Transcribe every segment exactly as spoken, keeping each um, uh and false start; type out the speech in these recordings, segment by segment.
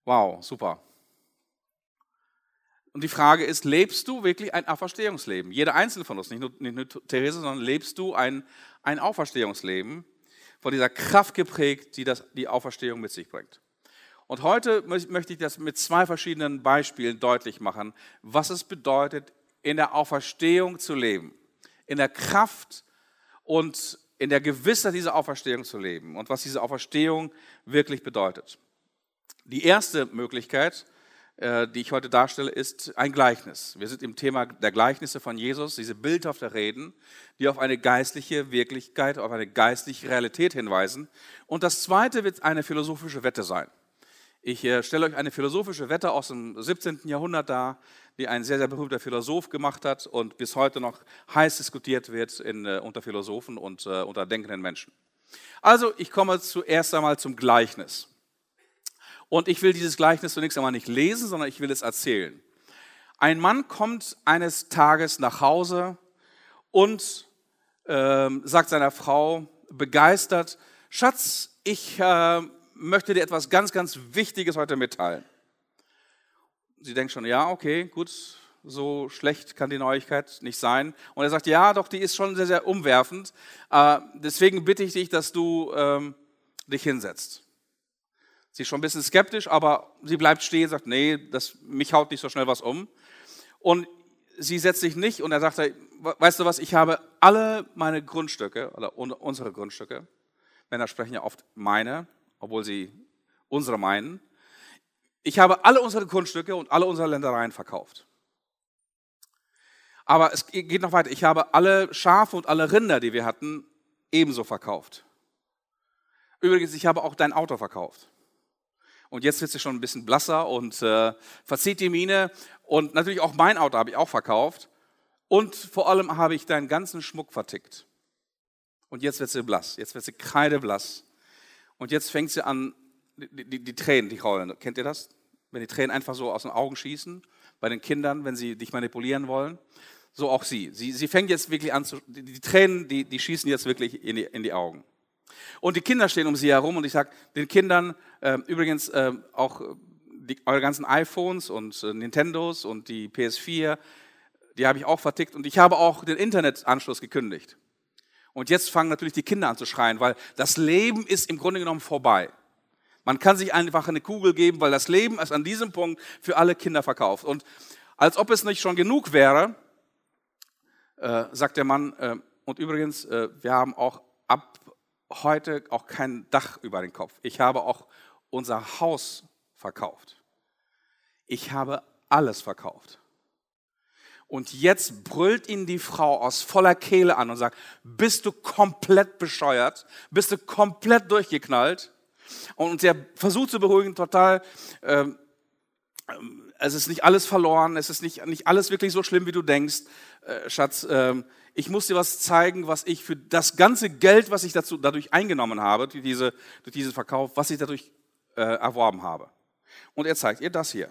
Wow, super. Und die Frage ist, lebst du wirklich ein Auferstehungsleben? Jeder einzelne von uns, nicht nur, nicht nur Therese, sondern lebst du ein, ein Auferstehungsleben, von dieser Kraft geprägt, die das, die Auferstehung mit sich bringt. Und heute möchte ich das mit zwei verschiedenen Beispielen deutlich machen, was es bedeutet, in der Auferstehung zu leben, in der Kraft und in der Gewissheit dieser Auferstehung zu leben und was diese Auferstehung wirklich bedeutet. Die erste Möglichkeit, die ich heute darstelle, ist ein Gleichnis. Wir sind im Thema der Gleichnisse von Jesus, diese bildhafte Reden, die auf eine geistliche Wirklichkeit, auf eine geistliche Realität hinweisen. Und das zweite wird eine philosophische Wette sein. Ich stelle euch eine philosophische Wette aus dem siebzehnten Jahrhundert dar, die ein sehr, sehr berühmter Philosoph gemacht hat und bis heute noch heiß diskutiert wird in, unter Philosophen und uh, unter denkenden Menschen. Also, ich komme zuerst einmal zum Gleichnis. Und ich will dieses Gleichnis zunächst einmal nicht lesen, sondern ich will es erzählen. Ein Mann kommt eines Tages nach Hause und äh, sagt seiner Frau begeistert: Schatz, ich äh, möchte dir etwas ganz, ganz Wichtiges heute mitteilen. Sie denkt schon, ja, okay, gut, so schlecht kann die Neuigkeit nicht sein. Und er sagt, ja, doch, die ist schon sehr, sehr umwerfend. Äh, deswegen bitte ich dich, dass du äh, dich hinsetzt. Sie ist schon ein bisschen skeptisch, aber sie bleibt stehen und sagt, nee, das, mich haut nicht so schnell was um. Und sie setzt sich nicht und er sagt, weißt du was, ich habe alle meine Grundstücke, oder unsere Grundstücke, Männer sprechen ja oft meine, obwohl sie unsere meinen, ich habe alle unsere Grundstücke und alle unsere Ländereien verkauft. Aber es geht noch weiter, ich habe alle Schafe und alle Rinder, die wir hatten, ebenso verkauft. Übrigens, ich habe auch dein Auto verkauft. Und jetzt wird sie schon ein bisschen blasser und äh, verzieht die Miene. Und natürlich auch mein Auto habe ich auch verkauft. Und vor allem habe ich deinen ganzen Schmuck vertickt. Und jetzt wird sie blass, jetzt wird sie kreideblass. Und jetzt fängt sie an, die, die, die Tränen, die rollen. Kennt ihr das? Wenn die Tränen einfach so aus den Augen schießen, bei den Kindern, wenn sie dich manipulieren wollen. So auch sie. Sie, sie fängt jetzt wirklich an, zu, die, die Tränen, die, die schießen jetzt wirklich in die, in die Augen. Und die Kinder stehen um sie herum und ich sage den Kindern, äh, übrigens äh, auch die, eure ganzen iPhones und äh, Nintendos und die P S vier, die habe ich auch vertickt und ich habe auch den Internetanschluss gekündigt. Und jetzt fangen natürlich die Kinder an zu schreien, weil das Leben ist im Grunde genommen vorbei. Man kann sich einfach eine Kugel geben, weil das Leben ist an diesem Punkt für alle Kinder verkauft. Und als ob es nicht schon genug wäre, äh, sagt der Mann, äh, und übrigens, äh, wir haben auch ab heute auch kein Dach über den Kopf. Ich habe auch unser Haus verkauft. Ich habe alles verkauft. Und jetzt brüllt ihn die Frau aus voller Kehle an und sagt, bist du komplett bescheuert? Bist du komplett durchgeknallt? Und er versucht zu beruhigen, total, ähm, es ist nicht alles verloren, es ist nicht, nicht alles wirklich so schlimm, wie du denkst. Äh, Schatz, ähm, ich muss dir was zeigen, was ich für das ganze Geld, was ich dazu, dadurch eingenommen habe, durch, diese, durch diesen Verkauf, was ich dadurch äh, erworben habe. Und er zeigt ihr das hier.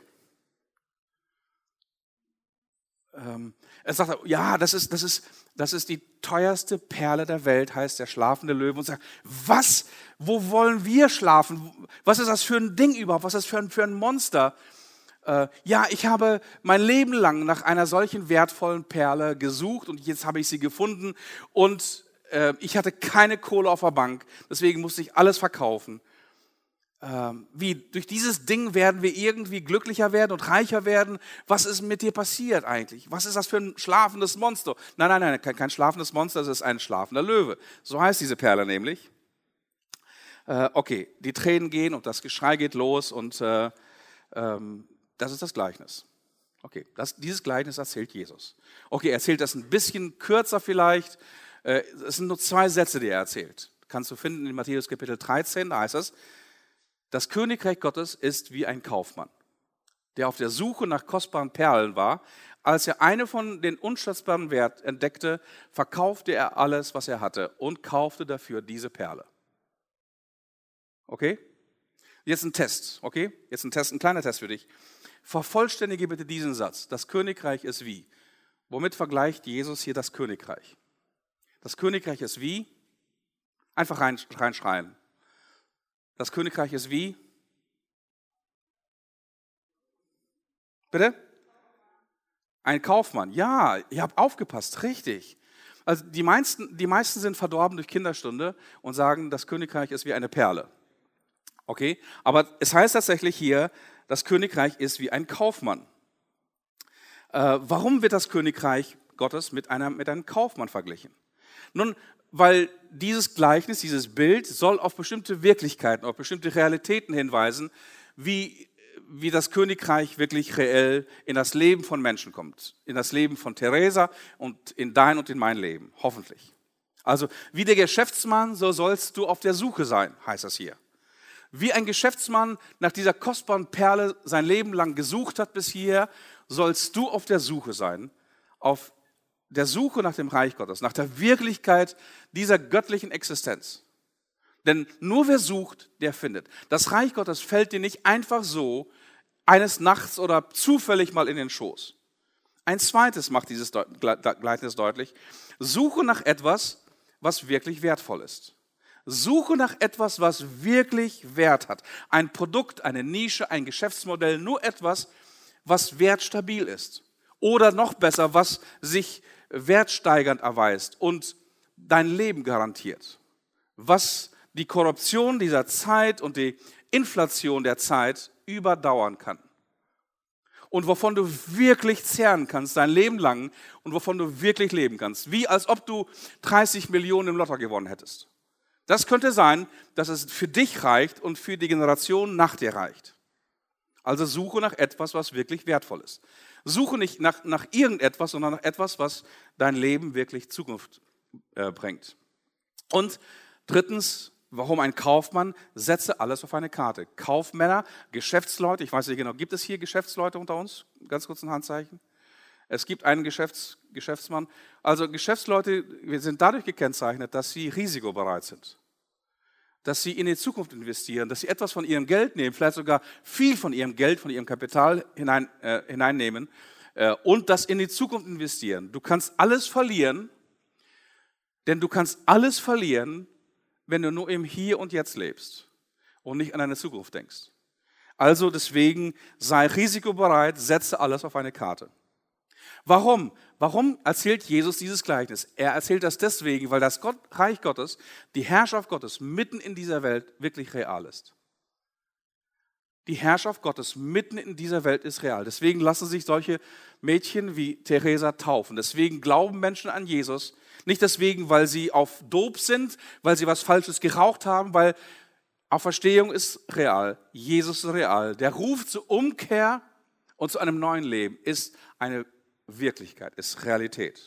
Ähm, er sagt, ja, das ist, das, ist, das ist die teuerste Perle der Welt, heißt der schlafende Löwe. Und sagt, was? Wo wollen wir schlafen? Was ist das für ein Ding überhaupt? Was ist das für ein, für ein Monster? Äh, ja, ich habe mein Leben lang nach einer solchen wertvollen Perle gesucht und jetzt habe ich sie gefunden und äh, ich hatte keine Kohle auf der Bank, deswegen musste ich alles verkaufen. Ähm, wie, durch dieses Ding werden wir irgendwie glücklicher werden und reicher werden? Was ist mit dir passiert eigentlich? Was ist das für ein schlafendes Monster? Nein, nein, nein, kein, kein schlafendes Monster, es ist ein schlafender Löwe. So heißt diese Perle nämlich. Äh, okay, die Tränen gehen und das Geschrei geht los und äh, ähm, das ist das Gleichnis. Okay, das, dieses Gleichnis erzählt Jesus. Okay, er erzählt das ein bisschen kürzer vielleicht. Äh, es sind nur zwei Sätze, die er erzählt. Kannst du finden in Matthäus Kapitel dreizehn, da heißt es, das Königreich Gottes ist wie ein Kaufmann, der auf der Suche nach kostbaren Perlen war. Als er eine von den unschätzbaren Wert entdeckte, verkaufte er alles, was er hatte und kaufte dafür diese Perle. Okay? Jetzt ein Test, okay? Jetzt ein Test, ein kleiner Test für dich. Vervollständige bitte diesen Satz. Das Königreich ist wie? Womit vergleicht Jesus hier das Königreich? Das Königreich ist wie? Einfach rein, reinschreien. Das Königreich ist wie? Bitte? Ein Kaufmann. Ja, ihr habt aufgepasst, richtig. Also die meisten, die meisten sind verdorben durch Kinderstunde und sagen, das Königreich ist wie eine Perle. Okay? Aber es heißt tatsächlich hier, das Königreich ist wie ein Kaufmann. Äh, warum wird das Königreich Gottes mit, einer, mit einem Kaufmann verglichen? Nun, weil dieses Gleichnis, dieses Bild soll auf bestimmte Wirklichkeiten, auf bestimmte Realitäten hinweisen, wie, wie das Königreich wirklich reell in das Leben von Menschen kommt. In das Leben von Theresa und in dein und in mein Leben, hoffentlich. Also wie der Geschäftsmann, so sollst du auf der Suche sein, heißt das hier. Wie ein Geschäftsmann nach dieser kostbaren Perle sein Leben lang gesucht hat bis hierher, sollst du auf der Suche sein, auf der Suche nach dem Reich Gottes, nach der Wirklichkeit dieser göttlichen Existenz. Denn nur wer sucht, der findet. Das Reich Gottes fällt dir nicht einfach so eines Nachts oder zufällig mal in den Schoß. Ein zweites macht dieses Gleichnis deutlich. Suche nach etwas, was wirklich wertvoll ist. Suche nach etwas, was wirklich Wert hat. Ein Produkt, eine Nische, ein Geschäftsmodell, nur etwas, was wertstabil ist. Oder noch besser, was sich wertsteigernd erweist und dein Leben garantiert. Was die Korruption dieser Zeit und die Inflation der Zeit überdauern kann. Und wovon du wirklich zehren kannst, dein Leben lang, und wovon du wirklich leben kannst. Wie als ob du dreißig Millionen im Lotto gewonnen hättest. Das könnte sein, dass es für dich reicht und für die Generation nach dir reicht. Also suche nach etwas, was wirklich wertvoll ist. Suche nicht nach, nach irgendetwas, sondern nach etwas, was dein Leben wirklich Zukunft äh, bringt. Und drittens, warum ein Kaufmann? Setze alles auf eine Karte. Kaufmänner, Geschäftsleute, ich weiß nicht genau, gibt es hier Geschäftsleute unter uns? Ganz kurz ein Handzeichen. Es gibt einen Geschäfts, Geschäftsmann. Also Geschäftsleute, wir sind dadurch gekennzeichnet, dass sie risikobereit sind. Dass sie in die Zukunft investieren, dass sie etwas von ihrem Geld nehmen, vielleicht sogar viel von ihrem Geld, von ihrem Kapital hinein, äh, hineinnehmen äh, und das in die Zukunft investieren. Du kannst alles verlieren, denn du kannst alles verlieren, wenn du nur im Hier und Jetzt lebst und nicht an deine Zukunft denkst. Also deswegen sei risikobereit, setze alles auf eine Karte. Warum? Warum erzählt Jesus dieses Gleichnis? Er erzählt das deswegen, weil das Gott, Reich Gottes, die Herrschaft Gottes mitten in dieser Welt wirklich real ist. Die Herrschaft Gottes mitten in dieser Welt ist real. Deswegen lassen sich solche Mädchen wie Theresa taufen. Deswegen glauben Menschen an Jesus. Nicht deswegen, weil sie auf Dope sind, weil sie was Falsches geraucht haben, weil Auferstehung ist real. Jesus ist real. Der Ruf zur Umkehr und zu einem neuen Leben ist eine Wirklichkeit, ist Realität.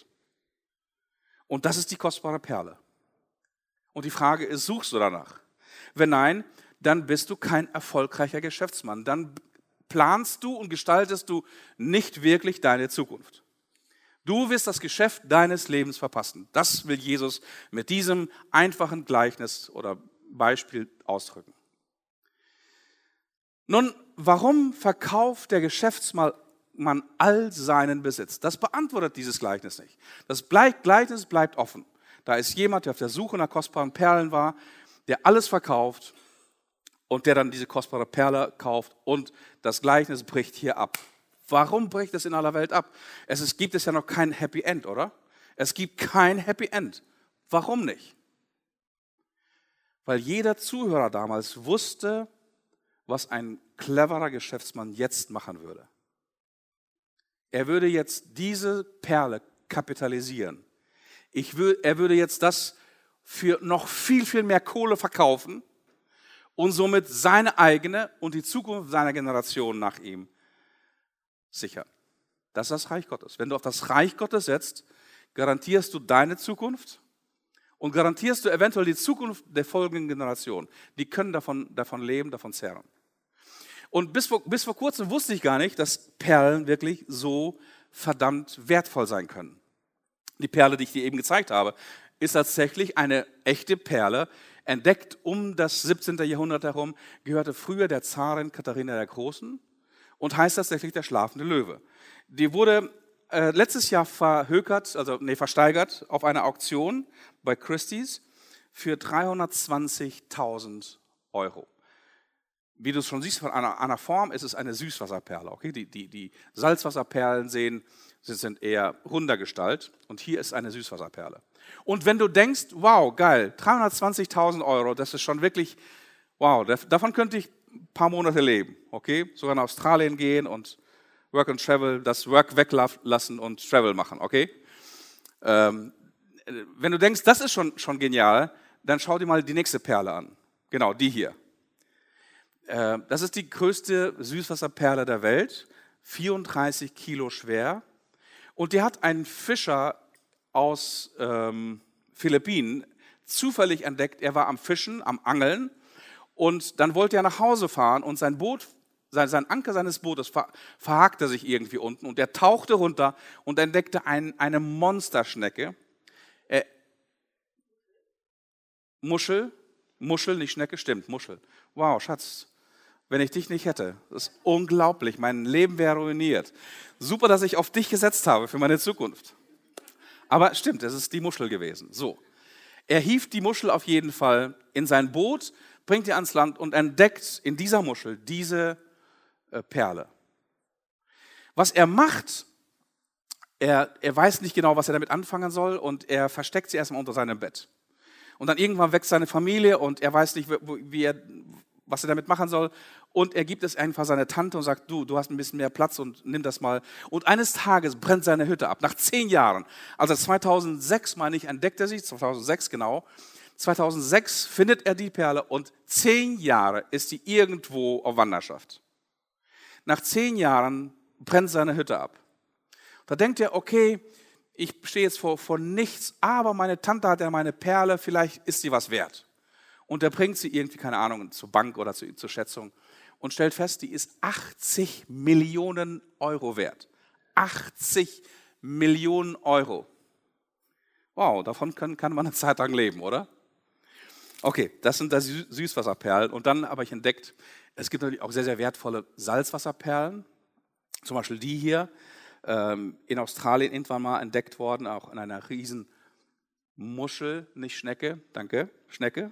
Und das ist die kostbare Perle. Und die Frage ist, suchst du danach? Wenn nein, dann bist du kein erfolgreicher Geschäftsmann. Dann planst du und gestaltest du nicht wirklich deine Zukunft. Du wirst das Geschäft deines Lebens verpassen. Das will Jesus mit diesem einfachen Gleichnis oder Beispiel ausdrücken. Nun, warum verkauft der Geschäftsmann all seinen Besitz? Das beantwortet dieses Gleichnis nicht. Das Gleichnis bleibt offen. Da ist jemand, der auf der Suche nach kostbaren Perlen war, der alles verkauft und der dann diese kostbare Perle kauft und das Gleichnis bricht hier ab. Warum bricht es in aller Welt ab? Es ist, gibt es ja noch kein Happy End, oder? Es gibt kein Happy End. Warum nicht? Weil jeder Zuhörer damals wusste, was ein cleverer Geschäftsmann jetzt machen würde. Er würde jetzt diese Perle kapitalisieren. Ich würde, er würde jetzt das für noch viel, viel mehr Kohle verkaufen und somit seine eigene und die Zukunft seiner Generation nach ihm sichern. Das ist das Reich Gottes. Wenn du auf das Reich Gottes setzt, garantierst du deine Zukunft und garantierst du eventuell die Zukunft der folgenden Generation. Die können davon, davon leben, davon zehren. Und bis vor, bis vor kurzem wusste ich gar nicht, dass Perlen wirklich so verdammt wertvoll sein können. Die Perle, die ich dir eben gezeigt habe, ist tatsächlich eine echte Perle. Entdeckt um das siebzehnten Jahrhundert herum, gehörte früher der Zarin Katharina der Großen und heißt tatsächlich der schlafende Löwe. Die wurde äh, letztes Jahr verhökert, also nee, versteigert auf einer Auktion bei Christie's für dreihundertzwanzigtausend Euro. wie du es schon siehst, von einer, einer Form ist es eine Süßwasserperle. Okay? Die, die, die Salzwasserperlen sehen, sie sind eher runder Gestalt und hier ist eine Süßwasserperle. Und wenn du denkst, wow, geil, dreihundertzwanzigtausend Euro, das ist schon wirklich, wow, davon könnte ich ein paar Monate leben. Okay? Sogar nach Australien gehen und Work and Travel, das Work weglassen und Travel machen. Okay? Ähm, wenn du denkst, das ist schon, schon genial, dann schau dir mal die nächste Perle an. Genau, die hier. Das ist die größte Süßwasserperle der Welt, vierunddreißig Kilo schwer. Und die hat ein Fischer aus ähm, Philippinen zufällig entdeckt. Er war am Fischen, am Angeln und dann wollte er nach Hause fahren und sein Boot, sein, sein Anker seines Bootes ver, verhakte sich irgendwie unten und er tauchte runter und entdeckte ein, eine Monsterschnecke. Äh, Muschel, Muschel, nicht Schnecke, stimmt, Muschel. Wow, Schatz. Wenn ich dich nicht hätte. Das ist unglaublich. Mein Leben wäre ruiniert. Super, dass ich auf dich gesetzt habe für meine Zukunft. Aber stimmt, es ist die Muschel gewesen. So. Er hieft die Muschel auf jeden Fall in sein Boot, bringt sie ans Land und entdeckt in dieser Muschel diese äh, Perle. Was er macht, er, er weiß nicht genau, was er damit anfangen soll und er versteckt sie erstmal unter seinem Bett. Und dann irgendwann wächst seine Familie und er weiß nicht, wie er... was er damit machen soll. Und er gibt es einfach seiner Tante und sagt, du, du hast ein bisschen mehr Platz und nimm das mal. Und eines Tages brennt seine Hütte ab, nach zehn Jahren. Also zweitausendsechs, meine ich, entdeckt er sich, zweitausendsechs genau. zweitausendsechs findet er die Perle und zehn Jahre ist sie irgendwo auf Wanderschaft. Nach zehn Jahren brennt seine Hütte ab. Da denkt er, okay, ich stehe jetzt vor, vor nichts, aber meine Tante hat ja meine Perle, vielleicht ist sie was wert. Und er bringt sie irgendwie, keine Ahnung, zur Bank oder zur, zur Schätzung und stellt fest, die ist achtzig Millionen Euro wert. achtzig Millionen Euro. Wow, davon kann, kann man eine Zeit lang leben, oder? Okay, das sind das Süßwasserperlen. Und dann habe ich entdeckt, es gibt natürlich auch sehr, sehr wertvolle Salzwasserperlen. Zum Beispiel die hier, ähm, in Australien irgendwann mal entdeckt worden, auch in einer riesen Muschel, nicht Schnecke, danke, Schnecke.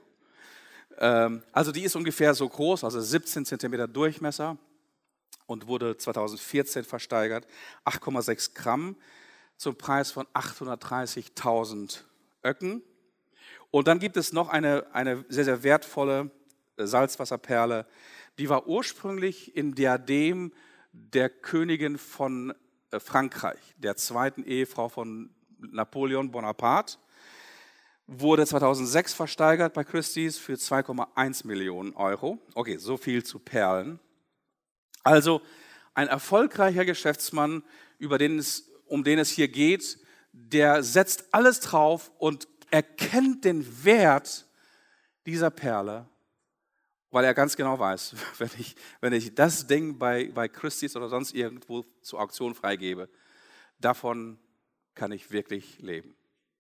Also die ist ungefähr so groß, also siebzehn Zentimeter Durchmesser und wurde zweitausendvierzehn versteigert, acht Komma sechs Gramm zum Preis von achthundertdreißigtausend Öcken. Und dann gibt es noch eine, eine sehr, sehr wertvolle Salzwasserperle, die war ursprünglich im Diadem der Königin von Frankreich, der zweiten Ehefrau von Napoleon Bonaparte. Wurde zweitausendsechs versteigert bei Christie's für zwei Komma eins Millionen Euro. Okay, so viel zu Perlen. Also ein erfolgreicher Geschäftsmann, über den es, um den es hier geht, der setzt alles drauf und erkennt den Wert dieser Perle, weil er ganz genau weiß, wenn ich, wenn ich das Ding bei, bei Christie's oder sonst irgendwo zur Auktion freigebe, davon kann ich wirklich leben.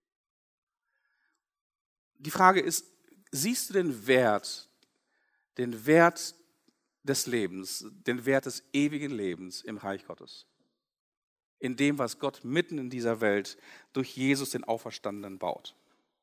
Die Frage ist, siehst du den Wert, den Wert des Lebens, den Wert des ewigen Lebens im Reich Gottes? In dem, was Gott mitten in dieser Welt durch Jesus, den Auferstandenen, baut.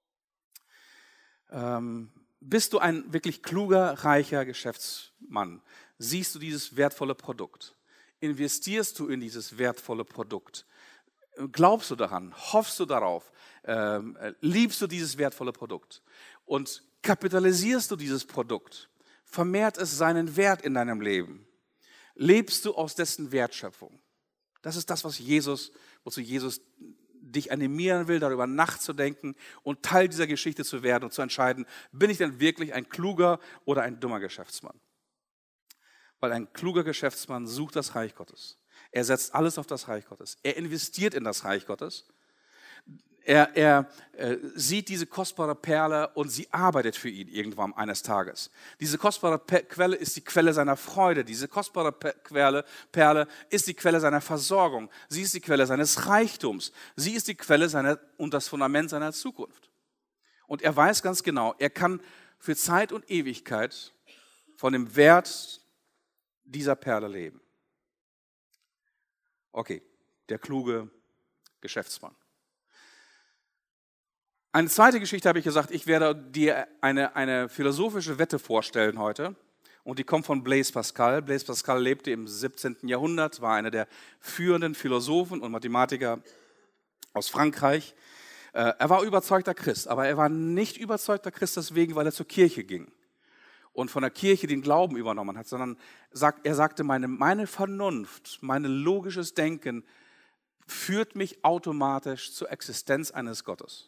Ähm, bist du ein wirklich kluger, reicher Geschäftsmann? Siehst du dieses wertvolle Produkt? Investierst du in dieses wertvolle Produkt? Glaubst du daran? Hoffst du darauf? Ähm, liebst du dieses wertvolle Produkt? Und kapitalisierst du dieses Produkt? Vermehrt es seinen Wert in deinem Leben? Lebst du aus dessen Wertschöpfung? Das ist das, was Jesus, wozu Jesus dich animieren will, darüber nachzudenken und Teil dieser Geschichte zu werden und zu entscheiden, bin ich denn wirklich ein kluger oder ein dummer Geschäftsmann? Weil ein kluger Geschäftsmann sucht das Reich Gottes. Er setzt alles auf das Reich Gottes. Er investiert in das Reich Gottes. Er, er äh, sieht diese kostbare Perle und sie arbeitet für ihn irgendwann eines Tages. Diese kostbare Pe- Quelle ist die Quelle seiner Freude. Diese kostbare Pe- Quelle, Perle ist die Quelle seiner Versorgung. Sie ist die Quelle seines Reichtums. Sie ist die Quelle seiner, und das Fundament seiner Zukunft. Und er weiß ganz genau, er kann für Zeit und Ewigkeit von dem Wert dieser Perle leben. Okay, der kluge Geschäftsmann. Eine zweite Geschichte habe ich gesagt, ich werde dir eine, eine philosophische Wette vorstellen heute. Und die kommt von Blaise Pascal. Blaise Pascal lebte im siebzehnten Jahrhundert, war einer der führenden Philosophen und Mathematiker aus Frankreich. Er war überzeugter Christ, aber er war nicht überzeugter Christ deswegen, weil er zur Kirche ging und von der Kirche den Glauben übernommen hat, sondern er sagte, meine, meine Vernunft, mein logisches Denken führt mich automatisch zur Existenz eines Gottes.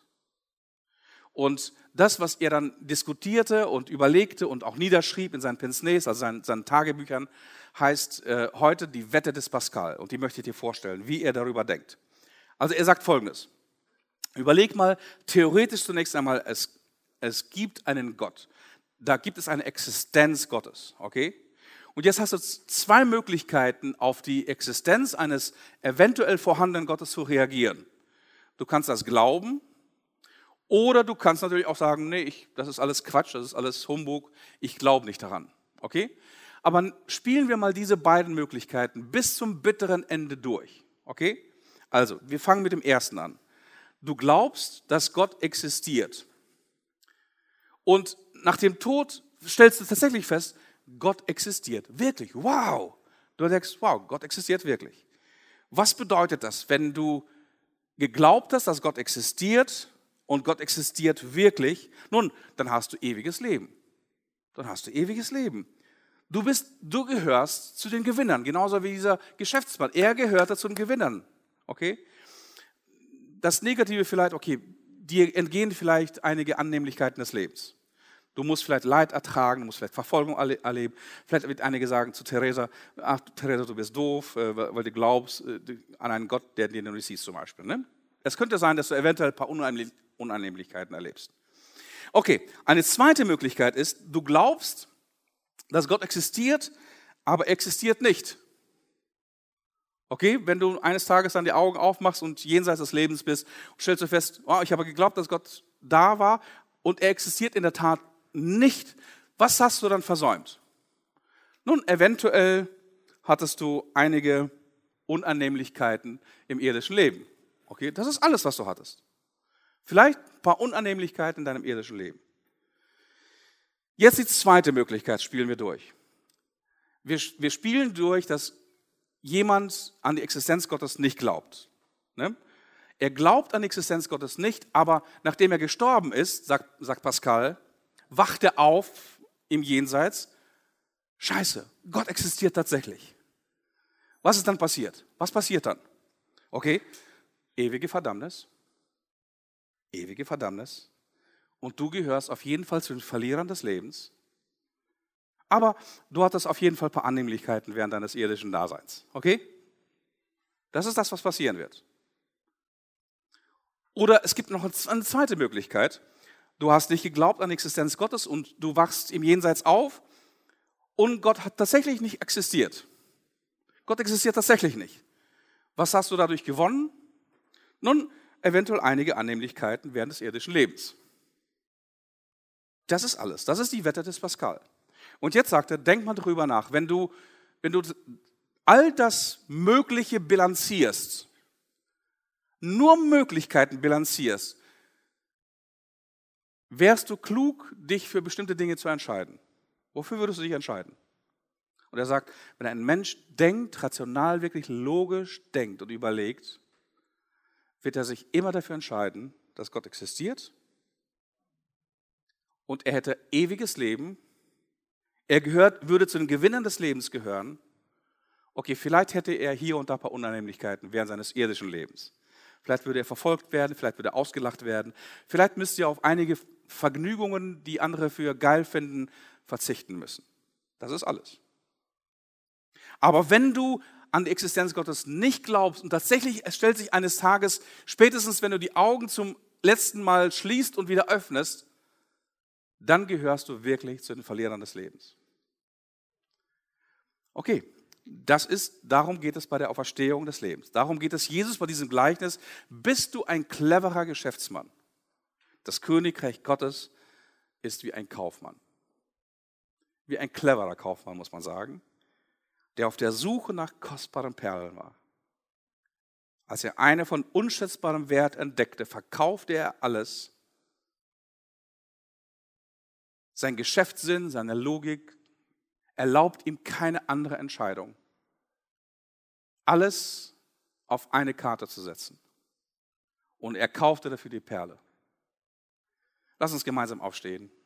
Und das, was er dann diskutierte und überlegte und auch niederschrieb in seinen Pince-nez, also seinen, seinen Tagebüchern, heißt äh, heute die Wette des Pascal. Und die möchte ich dir vorstellen, wie er darüber denkt. Also er sagt Folgendes. Überleg mal, theoretisch zunächst einmal, es, es gibt einen Gott. Da gibt es eine Existenz Gottes, okay? Und jetzt hast du zwei Möglichkeiten, auf die Existenz eines eventuell vorhandenen Gottes zu reagieren. Du kannst das glauben, oder du kannst natürlich auch sagen, nee, ich, das ist alles Quatsch, das ist alles Humbug, ich glaube nicht daran, okay? Aber spielen wir mal diese beiden Möglichkeiten bis zum bitteren Ende durch, okay? Also, wir fangen mit dem ersten an. Du glaubst, dass Gott existiert. Und nach dem Tod stellst du tatsächlich fest, Gott existiert wirklich. Wow! Du denkst, wow, Gott existiert wirklich. Was bedeutet das, wenn du geglaubt hast, dass Gott existiert und Gott existiert wirklich? Nun, dann hast du ewiges Leben. Dann hast du ewiges Leben. Du bist, du gehörst zu den Gewinnern, genauso wie dieser Geschäftsmann. Er gehörte zu den Gewinnern. Okay? Das Negative vielleicht, okay, dir entgehen vielleicht einige Annehmlichkeiten des Lebens. Du musst vielleicht Leid ertragen, du musst vielleicht Verfolgung erleben. Vielleicht wird einige sagen zu Theresa, ach Theresa, du bist doof, weil du glaubst an einen Gott, den du nicht siehst zum Beispiel. Ne? Es könnte sein, dass du eventuell ein paar Unannehmlichkeiten erlebst. Okay, eine zweite Möglichkeit ist, du glaubst, dass Gott existiert, aber existiert nicht. Okay, wenn du eines Tages dann die Augen aufmachst und jenseits des Lebens bist, stellst du fest, oh, ich habe geglaubt, dass Gott da war und er existiert in der Tat nicht. Was hast du dann versäumt? Nun, eventuell hattest du einige Unannehmlichkeiten im irdischen Leben. Okay, das ist alles, was du hattest. Vielleicht ein paar Unannehmlichkeiten in deinem irdischen Leben. Jetzt die zweite Möglichkeit spielen wir durch. Wir, wir spielen durch, dass jemand an die Existenz Gottes nicht glaubt. Ne? Er glaubt an die Existenz Gottes nicht, aber nachdem er gestorben ist, sagt, sagt Pascal, wacht er auf im Jenseits. Scheiße, Gott existiert tatsächlich. Was ist dann passiert? Was passiert dann? Okay, ewige Verdammnis. Ewige Verdammnis. Und du gehörst auf jeden Fall zu den Verlierern des Lebens. Aber du hattest auf jeden Fall ein paar Annehmlichkeiten während deines irdischen Daseins. Okay? Das ist das, was passieren wird. Oder es gibt noch eine zweite Möglichkeit. Du hast nicht geglaubt an die Existenz Gottes und du wachst im Jenseits auf und Gott hat tatsächlich nicht existiert. Gott existiert tatsächlich nicht. Was hast du dadurch gewonnen? Nun, eventuell einige Annehmlichkeiten während des irdischen Lebens. Das ist alles. Das ist die Wette des Pascal. Und jetzt sagt er, denk mal drüber nach. Wenn du, wenn du all das Mögliche bilanzierst, nur Möglichkeiten bilanzierst, wärst du klug, dich für bestimmte Dinge zu entscheiden. Wofür würdest du dich entscheiden? Und er sagt, wenn ein Mensch denkt, rational, wirklich logisch denkt und überlegt, wird er sich immer dafür entscheiden, dass Gott existiert und er hätte ewiges Leben. Er gehört, würde zu den Gewinnern des Lebens gehören. Okay, vielleicht hätte er hier und da ein paar Unannehmlichkeiten während seines irdischen Lebens. Vielleicht würde er verfolgt werden, vielleicht würde er ausgelacht werden. Vielleicht müsste er auf einige Vergnügungen, die andere für geil finden, verzichten müssen. Das ist alles. Aber wenn du an die Existenz Gottes nicht glaubst und tatsächlich, es stellt sich eines Tages, spätestens wenn du die Augen zum letzten Mal schließt und wieder öffnest, dann gehörst du wirklich zu den Verlierern des Lebens. Okay, das ist, darum geht es bei der Auferstehung des Lebens. Darum geht es Jesus bei diesem Gleichnis. Bist du ein cleverer Geschäftsmann? Das Königreich Gottes ist wie ein Kaufmann. Wie ein cleverer Kaufmann, muss man sagen, der auf der Suche nach kostbaren Perlen war. Als er eine von unschätzbarem Wert entdeckte, verkaufte er alles. Sein Geschäftssinn, seine Logik, erlaubt ihm keine andere Entscheidung. Alles auf eine Karte zu setzen. Und er kaufte dafür die Perle. Lass uns gemeinsam aufstehen.